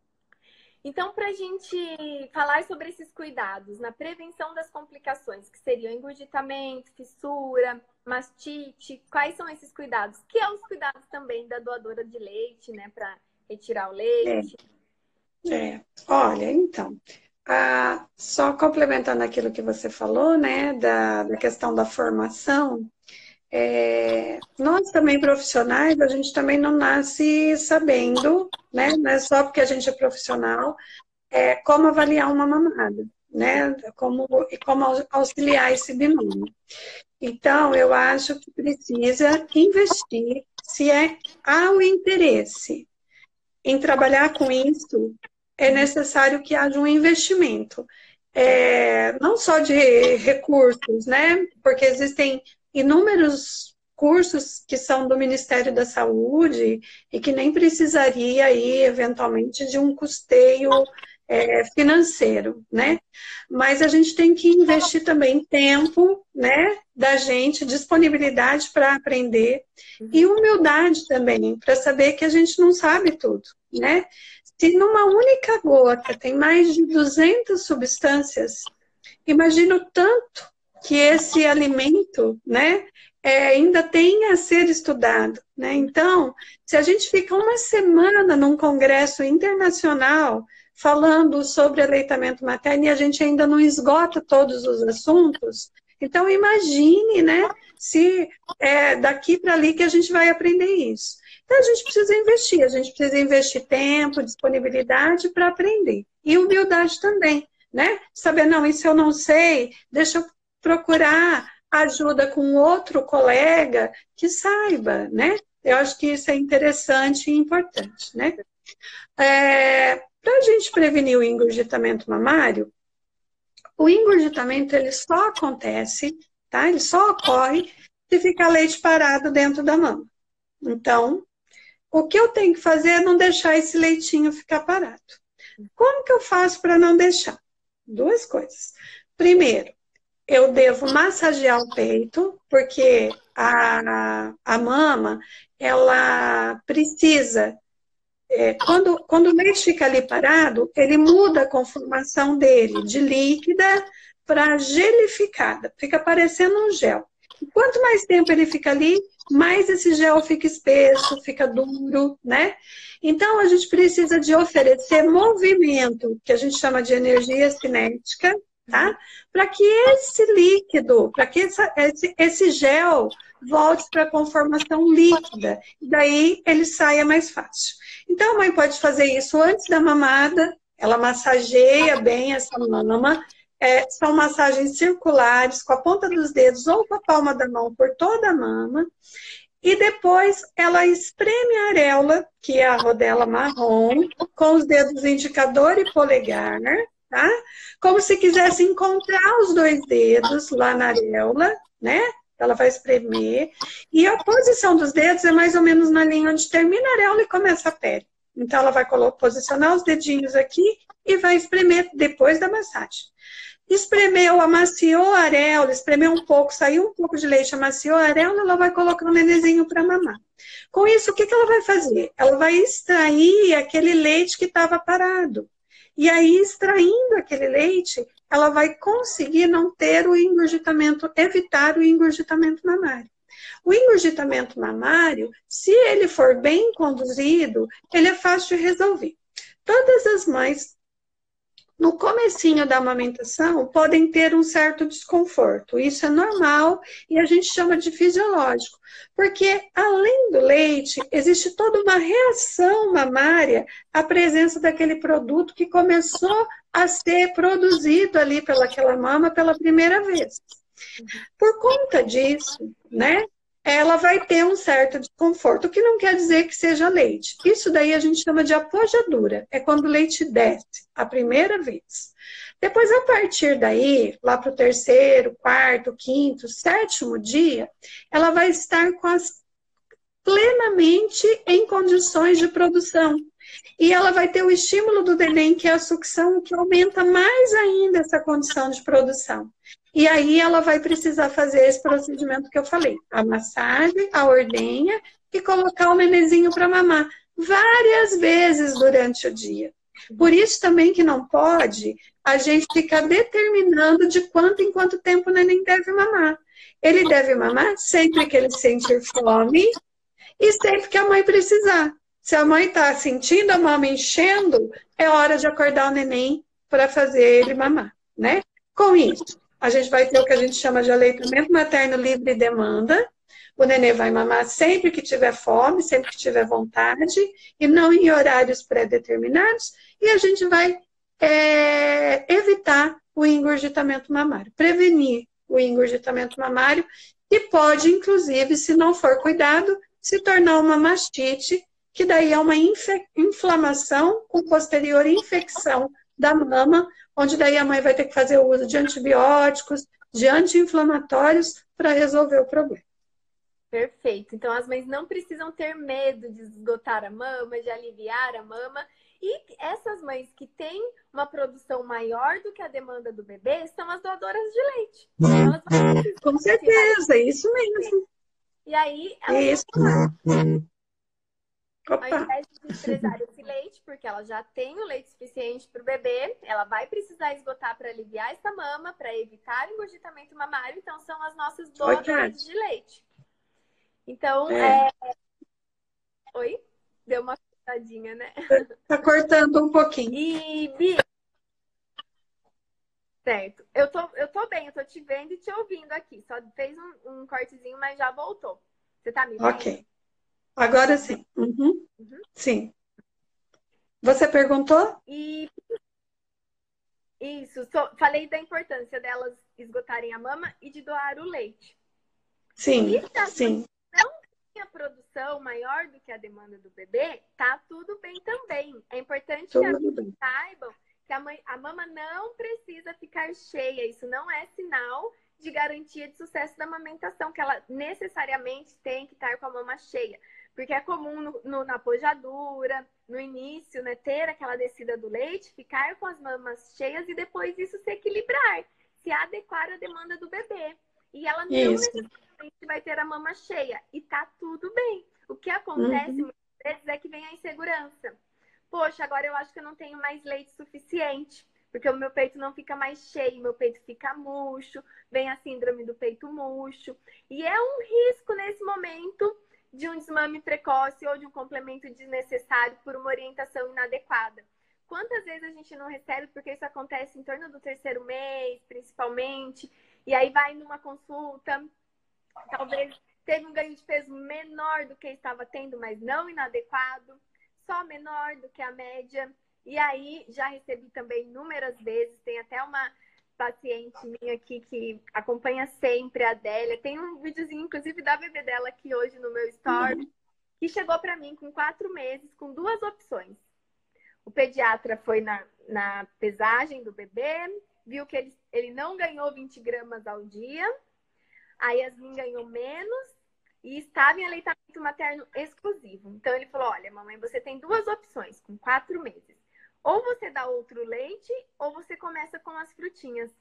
Então, para a gente falar sobre esses cuidados na prevenção das complicações, que seriam engurgitamento, fissura, mastite, quais são esses cuidados? Que é os cuidados também da doadora de leite, né, para retirar o leite. Olha, então, só complementando aquilo que você falou, né, da questão da formação, nós também profissionais, a gente também não nasce sabendo, né, não é só porque a gente é profissional, como avaliar uma mamada, né, como auxiliar esse binômio. Então, eu acho que precisa investir, se há o interesse em trabalhar com isso, é necessário que haja um investimento, não só de recursos, né? Porque existem inúmeros cursos que são do Ministério da Saúde e que nem precisaria aí, eventualmente, de um custeio financeiro, né? Mas a gente tem que investir também tempo, né, da gente, disponibilidade para aprender e humildade também, para saber que a gente não sabe tudo, né? Se numa única gota tem mais de 200 substâncias, imagino tanto que esse alimento, né, ainda tem a ser estudado, né? Então, se a gente fica uma semana num congresso internacional falando sobre aleitamento materno e a gente ainda não esgota todos os assuntos, então imagine, né, se é daqui para ali que a gente vai aprender isso. Então, a gente precisa investir tempo, disponibilidade para aprender. E humildade também, né? Saber, não, isso eu não sei, deixa eu procurar ajuda com outro colega que saiba, né? Eu acho que isso é interessante e importante, né? Para a gente prevenir o engurgitamento mamário, o engurgitamento ele só acontece, tá? Ele só ocorre se ficar leite parado dentro da mama. Então, o que eu tenho que fazer é não deixar esse leitinho ficar parado. Como que eu faço para não deixar? Duas coisas. Primeiro, eu devo massagear o peito, porque a mama, ela precisa quando o leite fica ali parado, ele muda a conformação dele de líquida para gelificada. Fica parecendo um gel. E quanto mais tempo ele fica ali, mais esse gel fica espesso, fica duro, né? Então, a gente precisa de oferecer movimento, que a gente chama de energia cinética, tá? Para que esse líquido, para que esse gel volte para a conformação líquida. E daí ele saia mais fácil. Então, a mãe pode fazer isso antes da mamada, ela massageia bem essa mama, são massagens circulares, com a ponta dos dedos ou com a palma da mão por toda a mama, e depois ela espreme a areola, que é a rodela marrom, com os dedos indicador e polegar, tá? Como se quisesse encontrar os dois dedos lá na areola, né? Ela vai espremer. E a posição dos dedos é mais ou menos na linha onde termina a areola e começa a pele. Então, ela vai posicionar os dedinhos aqui e vai espremer depois da massagem. Espremeu, amaciou a areola, espremeu um pouco, saiu um pouco de leite, amaciou a areola, ela vai colocar um nenenzinho para mamar. Com isso, o que ela vai fazer? Ela vai extrair aquele leite que estava parado. E aí, extraindo aquele leite, ela vai conseguir não ter o engurgitamento, evitar o engurgitamento mamário. O engurgitamento mamário, se ele for bem conduzido, ele é fácil de resolver. Todas as mães, no comecinho da amamentação, podem ter um certo desconforto. Isso é normal e a gente chama de fisiológico. Porque, além do leite, existe toda uma reação mamária à presença daquele produto que começou a ser produzido ali pelaquela mama pela primeira vez. Por conta disso, né, ela vai ter um certo desconforto, o que não quer dizer que seja leite. Isso daí a gente chama de apojadura, é quando o leite desce a primeira vez. Depois, a partir daí, lá para o terceiro, quarto, quinto, sétimo dia, ela vai estar plenamente em condições de produção. E ela vai ter o estímulo do neném, que é a sucção, que aumenta mais ainda essa condição de produção. E aí ela vai precisar fazer esse procedimento que eu falei, a massagem, a ordenha e colocar o nenenzinho para mamar várias vezes durante o dia. Por isso também que não pode a gente ficar determinando de quanto em quanto tempo o neném deve mamar. Ele deve mamar sempre que ele sentir fome e sempre que a mãe precisar. Se a mãe está sentindo a mama enchendo, é hora de acordar o neném para fazer ele mamar, né? Com isso, a gente vai ter o que a gente chama de aleitamento materno livre demanda. O neném vai mamar sempre que tiver fome, sempre que tiver vontade, e não em horários pré-determinados. E a gente vai evitar o engurgitamento mamário, prevenir o engurgitamento mamário, que pode, inclusive, se não for cuidado, se tornar uma mastite, que daí é uma inflamação com posterior infecção da mama, onde daí a mãe vai ter que fazer o uso de antibióticos, de anti-inflamatórios para resolver o problema. Perfeito. Então, as mães não precisam ter medo de esgotar a mama, de aliviar a mama. E essas mães que têm uma produção maior do que a demanda do bebê são as doadoras de leite. Elas vão com certeza, isso mesmo. E aí, elas ao invés de desprezar esse leite, porque ela já tem o leite suficiente para o bebê, ela vai precisar esgotar para aliviar essa mama, para evitar o engurgitamento mamário. Então, são as nossas doadoras de leite. Então, Oi? Deu uma cortadinha, né? Tá cortando um pouquinho. E, Bia, Certo. Eu tô bem, eu tô te vendo e te ouvindo aqui. Só fez um cortezinho, mas já voltou. Você tá me vendo? Ok. Agora sim. Uhum. Uhum. Sim. Você perguntou? E isso, falei da importância delas esgotarem a mama e de doar o leite. E Sim, se a mãe sim. não tem a produção maior do que a demanda do bebê, tá tudo bem também. É importante que as Tudo mães bem. saibam que a mama não precisa ficar cheia. Isso não é sinal de garantia de sucesso da amamentação, que ela necessariamente tem que estar com a mama cheia. Porque é comum na pojadura, no início, né, ter aquela descida do leite, ficar com as mamas cheias e depois isso se equilibrar, se adequar à demanda do bebê. E ela não Isso. necessariamente vai ter a mama cheia. E tá tudo bem. O que acontece Uhum. muitas vezes é que vem a insegurança. Poxa, agora eu acho que eu não tenho mais leite suficiente, porque o meu peito não fica mais cheio, meu peito fica murcho, vem a síndrome do peito murcho. E é um risco nesse momento de um desmame precoce ou de um complemento desnecessário por uma orientação inadequada. Quantas vezes a gente não recebe, porque isso acontece em torno do terceiro mês, principalmente, e aí vai numa consulta, talvez teve um ganho de peso menor do que estava tendo, mas não inadequado, só menor do que a média. E aí já recebi também inúmeras vezes, tem até uma paciente minha aqui que acompanha sempre a Adélia. Tem um videozinho, inclusive, da bebê dela aqui hoje no meu story, que chegou para mim com 4 meses, com 2 opções. O pediatra foi na pesagem do bebê, viu que ele não ganhou 20 gramas ao dia, a Yasmin ganhou menos e estava em aleitamento materno exclusivo. Então ele falou: olha, mamãe, você tem 2 opções com 4 meses. Ou você dá outro leite, ou você começa com as frutinhas.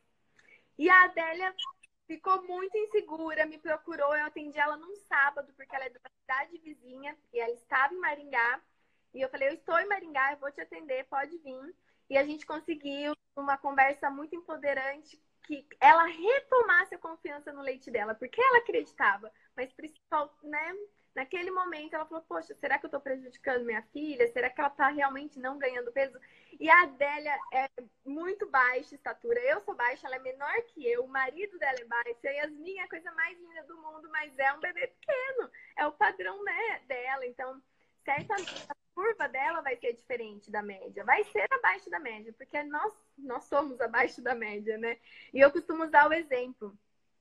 E a Adélia ficou muito insegura, me procurou, eu atendi ela num sábado, porque ela é de uma cidade vizinha, e ela estava em Maringá. E eu falei: eu estou em Maringá, eu vou te atender, pode vir. E a gente conseguiu uma conversa muito empoderante, que ela retomasse a confiança no leite dela, porque ela acreditava, mas principal, né? Naquele momento ela falou: poxa, será que eu estou prejudicando minha filha? Será que ela está realmente não ganhando peso? E a Adélia é muito baixa estatura, eu sou baixa, ela é menor que eu, o marido dela é baixo, a Yasmin é a coisa mais linda do mundo, mas é um bebê pequeno, é o padrão, né, dela. Então certamente a curva dela vai ser diferente da média, vai ser abaixo da média, porque nós somos abaixo da média, né? E eu costumo usar o exemplo: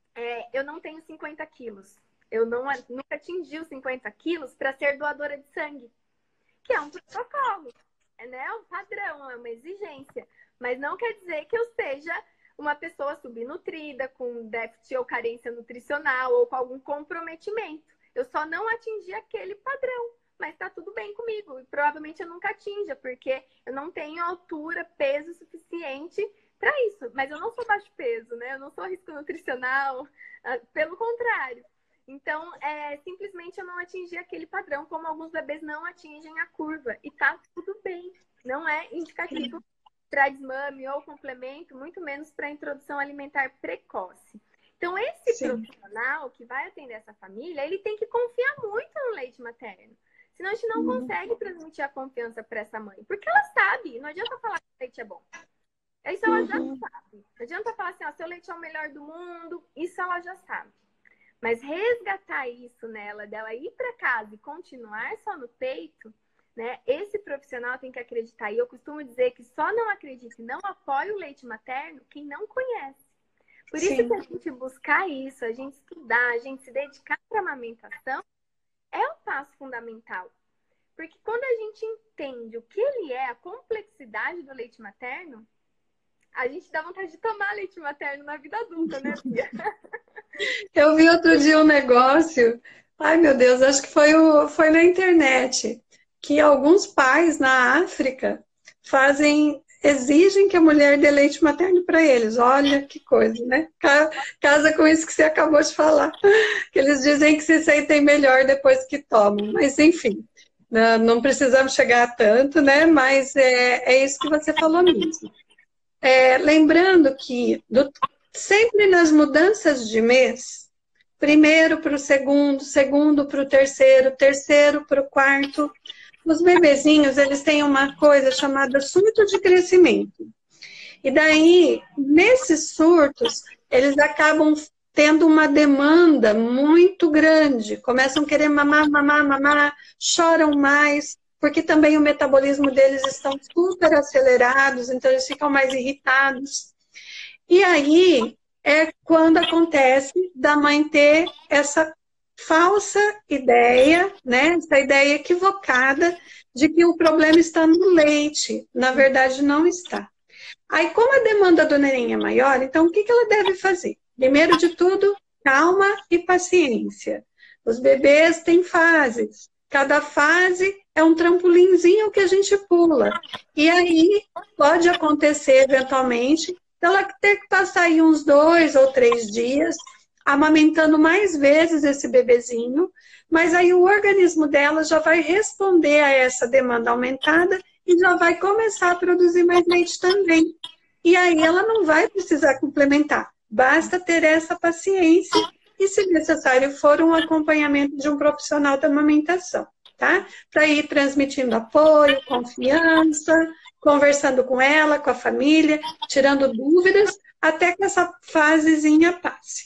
eu não tenho 50 quilos, eu nunca atingi os 50 quilos para ser doadora de sangue, que é um protocolo, né? Um padrão, é uma exigência, mas não quer dizer que eu seja uma pessoa subnutrida, com déficit ou carência nutricional ou com algum comprometimento. Eu só não atingi aquele padrão, mas tá tudo bem comigo. E provavelmente eu nunca atinja, porque eu não tenho altura, peso suficiente para isso. Mas eu não sou baixo peso, né? Eu não sou risco nutricional, pelo contrário. Então, simplesmente eu não atingi aquele padrão, como alguns bebês não atingem a curva. E tá tudo bem. Não é indicativo para desmame ou complemento, muito menos para introdução alimentar precoce. Então, esse Sim. profissional que vai atender essa família, ele tem que confiar muito no leite materno. Senão a gente não consegue transmitir a confiança para essa mãe. Porque ela sabe, não adianta falar que o leite é bom. Isso ela já sabe. Não adianta falar assim: ó, seu leite é o melhor do mundo. Isso ela já sabe. Mas resgatar isso nela, dela ir para casa e continuar só no peito, né? Esse profissional tem que acreditar. E eu costumo dizer que só não acredita e não apoia o leite materno quem não conhece. Por isso Sim. que a gente buscar isso, a gente estudar, a gente se dedicar para a amamentação é um passo fundamental. Porque quando a gente entende o que ele é, a complexidade do leite materno, a gente dá vontade de tomar leite materno na vida adulta, né, Bia? Eu vi outro dia um negócio, ai meu Deus, acho que foi na internet, que alguns pais na África exigem que a mulher dê leite materno para eles. Olha que coisa, né? Casa com isso que você acabou de falar, que eles dizem que se sentem melhor depois que tomam. Mas enfim, não precisamos chegar a tanto, né? Mas é isso que você falou mesmo. Lembrando que sempre nas mudanças de mês, primeiro para o segundo, segundo para o terceiro, terceiro para o quarto, os bebezinhos, eles têm uma coisa chamada surto de crescimento. E daí, nesses surtos, eles acabam tendo uma demanda muito grande, começam a querer mamar, mamar, mamar, choram mais, porque também o metabolismo deles estão super acelerados, então eles ficam mais irritados. E aí é quando acontece da mãe ter essa falsa ideia, né? Essa ideia equivocada de que o problema está no leite. Na verdade, não está. Aí, como a demanda do neném é maior, então o que ela deve fazer? Primeiro de tudo, calma e paciência. Os bebês têm fases. Cada fase é um trampolinzinho que a gente pula. E aí pode acontecer, eventualmente, ela ter que passar aí uns 2 ou 3 dias amamentando mais vezes esse bebezinho, mas aí o organismo dela já vai responder a essa demanda aumentada e já vai começar a produzir mais leite também. E aí ela não vai precisar complementar. Basta ter essa paciência e, se necessário for, um acompanhamento de um profissional da amamentação, tá? Para ir transmitindo apoio, confiança, conversando com ela, com a família, tirando dúvidas, até que essa fasezinha passe.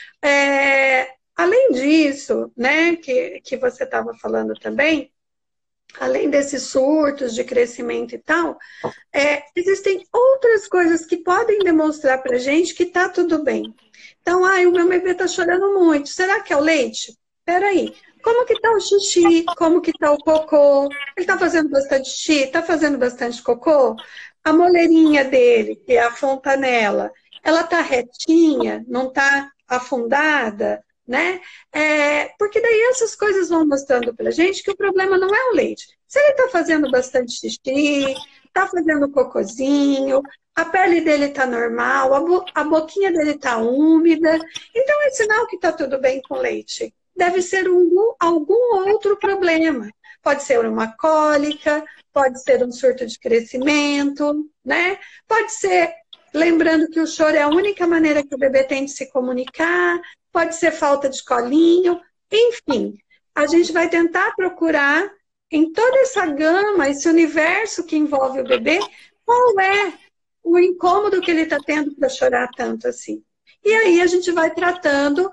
Além disso, né, que você estava falando também, além desses surtos de crescimento e tal, existem outras coisas que podem demonstrar para a gente que está tudo bem. Então, o meu bebê está chorando muito. Será que é o leite? Espera aí. Como que está o xixi? Como que está o cocô? Ele está fazendo bastante xixi? Está fazendo bastante cocô? A moleirinha dele, que é a fontanela, ela está retinha? Não está afundada? Né? Porque daí essas coisas vão mostrando para a gente que o problema não é o leite. Se ele está fazendo bastante xixi, está fazendo cocôzinho, a pele dele está normal, a boquinha dele está úmida, então é sinal que está tudo bem com o leite. Deve ser algum outro problema. Pode ser uma cólica, pode ser um surto de crescimento, né? Pode ser, lembrando que o choro é a única maneira que o bebê tem de se comunicar, pode ser falta de colinho, enfim. A gente vai tentar procurar em toda essa gama, esse universo que envolve o bebê, qual é o incômodo que ele está tendo para chorar tanto assim. E aí a gente vai tratando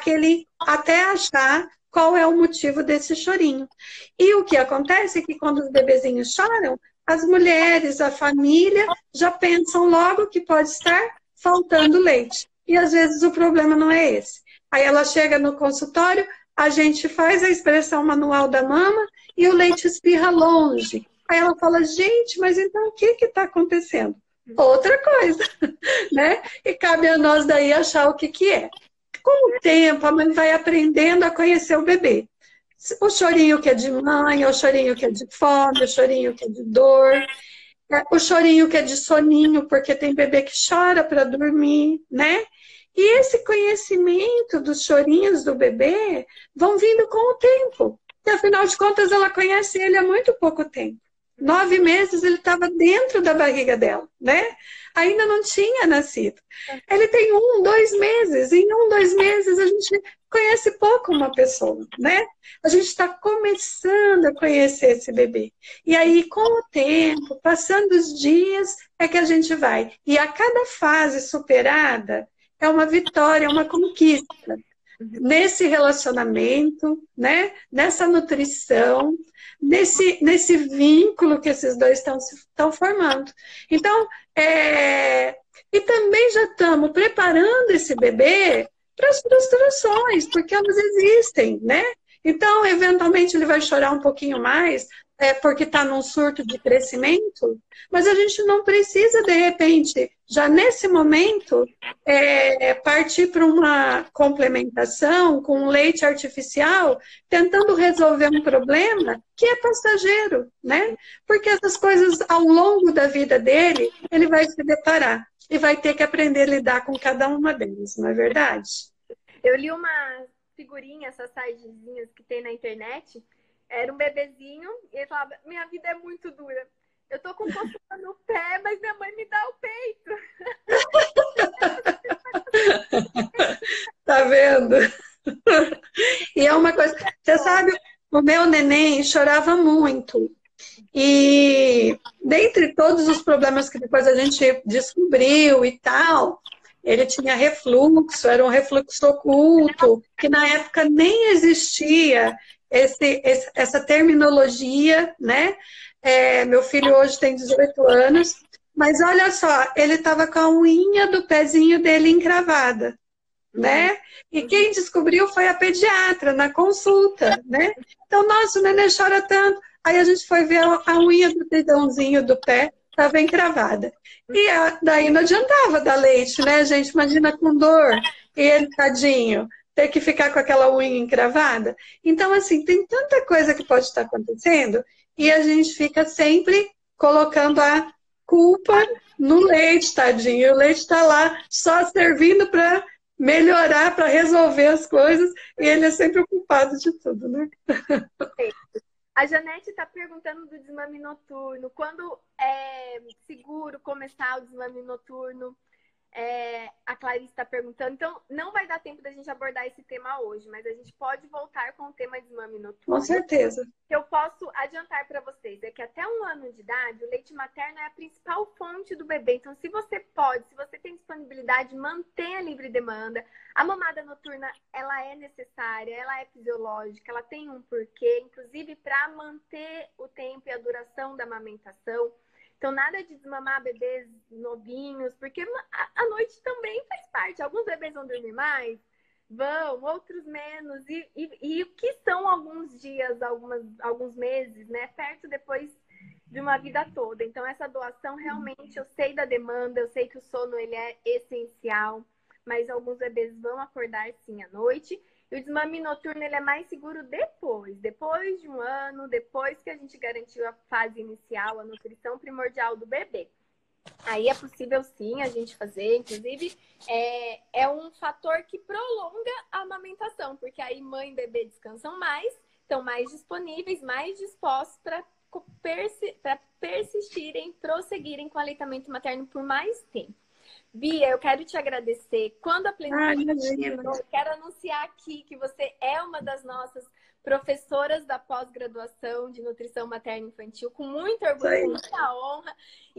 até achar qual é o motivo desse chorinho. E o que acontece é que quando os bebezinhos choram, as mulheres, a família, já pensam logo que pode estar faltando leite. E às vezes o problema não é esse. Aí ela chega no consultório, a gente faz a expressão manual da mama e o leite espirra longe. Aí ela fala, gente, mas então o que está acontecendo? Outra coisa, né? E cabe a nós daí achar o que é. Com o tempo, a mãe vai aprendendo a conhecer o bebê. O chorinho que é de mãe, o chorinho que é de fome, o chorinho que é de dor, o chorinho que é de soninho, porque tem bebê que chora para dormir, né? E esse conhecimento dos chorinhos do bebê vão vindo com o tempo. E, afinal de contas, ela conhece ele há muito pouco tempo. 9 meses ele estava dentro da barriga dela, né? Ainda não tinha nascido. Ele tem 1, 2 meses. Em 1, 2 meses a gente conhece pouco uma pessoa, né? A gente está começando a conhecer esse bebê. E aí, com o tempo, passando os dias, é que a gente vai. E a cada fase superada, é uma vitória, é uma conquista. Nesse relacionamento, né? Nessa nutrição, nesse vínculo que esses dois estão formando. Então, e também já estamos preparando esse bebê para as frustrações, porque elas existem, né? Então, eventualmente, ele vai chorar um pouquinho mais, porque está num surto de crescimento, mas a gente não precisa, de repente, já nesse momento, partir para uma complementação com leite artificial, tentando resolver um problema que é passageiro, né? Porque essas coisas, ao longo da vida dele, ele vai se deparar e vai ter que aprender a lidar com cada uma delas, não é verdade? Eu li uma figurinha, essas sidezinhas que tem na internet. Era um bebezinho e ele falava, minha vida é muito dura. Eu tô com coceira no pé, mas minha mãe me dá o peito. Tá vendo? E é uma coisa... Você sabe, o meu neném chorava muito. E dentre todos os problemas que depois a gente descobriu e tal, ele tinha refluxo, era um refluxo oculto, que na época nem existia essa terminologia, né? Meu filho hoje tem 18 anos, mas olha só, ele estava com a unha do pezinho dele encravada, né? E quem descobriu foi a pediatra na consulta, né? Então, nossa, o neném chora tanto. Aí a gente foi ver a unha do dedãozinho do pé, estava encravada. E daí não adiantava dar leite, né, gente? Imagina com dor. E ele, tadinho, ter que ficar com aquela unha encravada. Então, assim, tem tanta coisa que pode estar acontecendo e a gente fica sempre colocando a culpa no leite, tadinho. O leite está lá só servindo para melhorar, para resolver as coisas, e ele é sempre o culpado de tudo, né? A Janete está perguntando do desmame noturno. Quando é seguro começar o desmame noturno? A Clarice está perguntando. Então, não vai dar tempo da gente abordar esse tema hoje, mas a gente pode voltar com o tema de desmame noturno. Com certeza. O que eu posso adiantar para vocês é que até 1 ano de idade, o leite materno é a principal fonte do bebê. Então, se você tem disponibilidade, mantenha livre demanda. A mamada noturna, ela é necessária, ela é fisiológica, ela tem um porquê, inclusive para manter o tempo e a duração da amamentação. Então, nada de desmamar bebês novinhos, porque a noite também faz parte. Alguns bebês vão dormir mais, outros menos. E o que são alguns dias, alguns meses, né? Perto depois de uma vida toda. Então, essa doação, realmente, eu sei da demanda, eu sei que o sono ele é essencial, mas alguns bebês vão acordar, sim, à noite. E o desmame noturno ele é mais seguro depois de 1 ano, depois que a gente garantiu a fase inicial, a nutrição primordial do bebê. Aí é possível sim a gente fazer, inclusive é um fator que prolonga a amamentação, porque aí mãe e bebê descansam mais, estão mais disponíveis, mais dispostos para persistirem, prosseguirem com o aleitamento materno por mais tempo. Bia, eu quero te agradecer. Quando a Plenitude eu quero anunciar aqui que você é uma das nossas professoras da pós-graduação de nutrição materna infantil, com muito orgulho, com muita honra.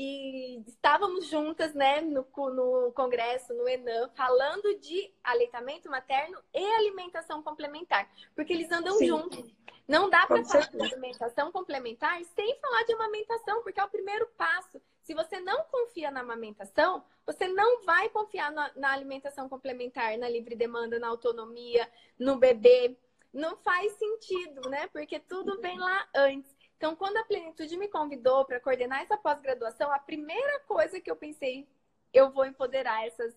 E estávamos juntas, né, no congresso, no ENAM, falando de aleitamento materno e alimentação complementar, porque eles andam juntos. Não dá para falar de alimentação complementar sem falar de amamentação, porque é o primeiro passo. Se você não confia na amamentação, você não vai confiar na alimentação complementar, na livre demanda, na autonomia, no bebê. Não faz sentido, né? Porque tudo vem lá antes. Então, quando a Plenitude me convidou para coordenar essa pós-graduação, a primeira coisa que eu pensei, eu vou empoderar essas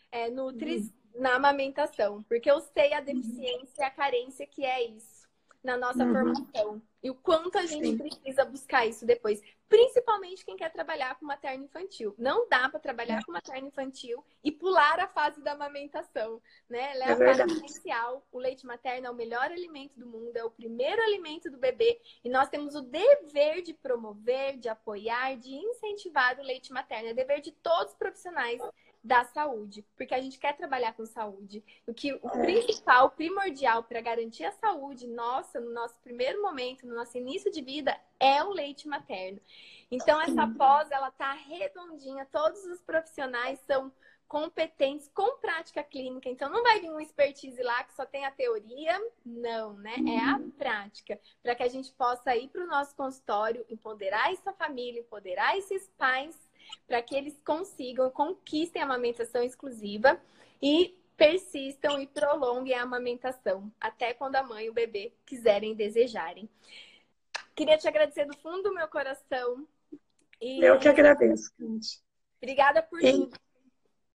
nutris na amamentação, porque eu sei a deficiência e a carência que é isso na nossa formação. E o quanto a gente precisa buscar isso depois. Principalmente quem quer trabalhar com materno infantil. Não dá para trabalhar com materno infantil e pular a fase da amamentação, né? Ela é a fase inicial. O leite materno é o melhor alimento do mundo, é o primeiro alimento do bebê. E nós temos o dever de promover, de apoiar, de incentivar o leite materno. É dever de todos os profissionais da saúde, porque a gente quer trabalhar com saúde. O principal, primordial para garantir a saúde nossa, no nosso primeiro momento, no nosso início de vida, é o leite materno. Então, essa pós, ela tá redondinha, todos os profissionais são competentes com prática clínica, então não vai vir um expertise lá que só tem a teoria, não, né? É a prática, para que a gente possa ir para o nosso consultório, empoderar essa família, empoderar esses pais, para que eles consigam, conquistem a amamentação exclusiva e persistam e prolonguem a amamentação, até quando a mãe e o bebê quiserem e desejarem. Queria te agradecer do fundo do meu coração. Eu que agradeço, Cândia. Obrigada por tudo.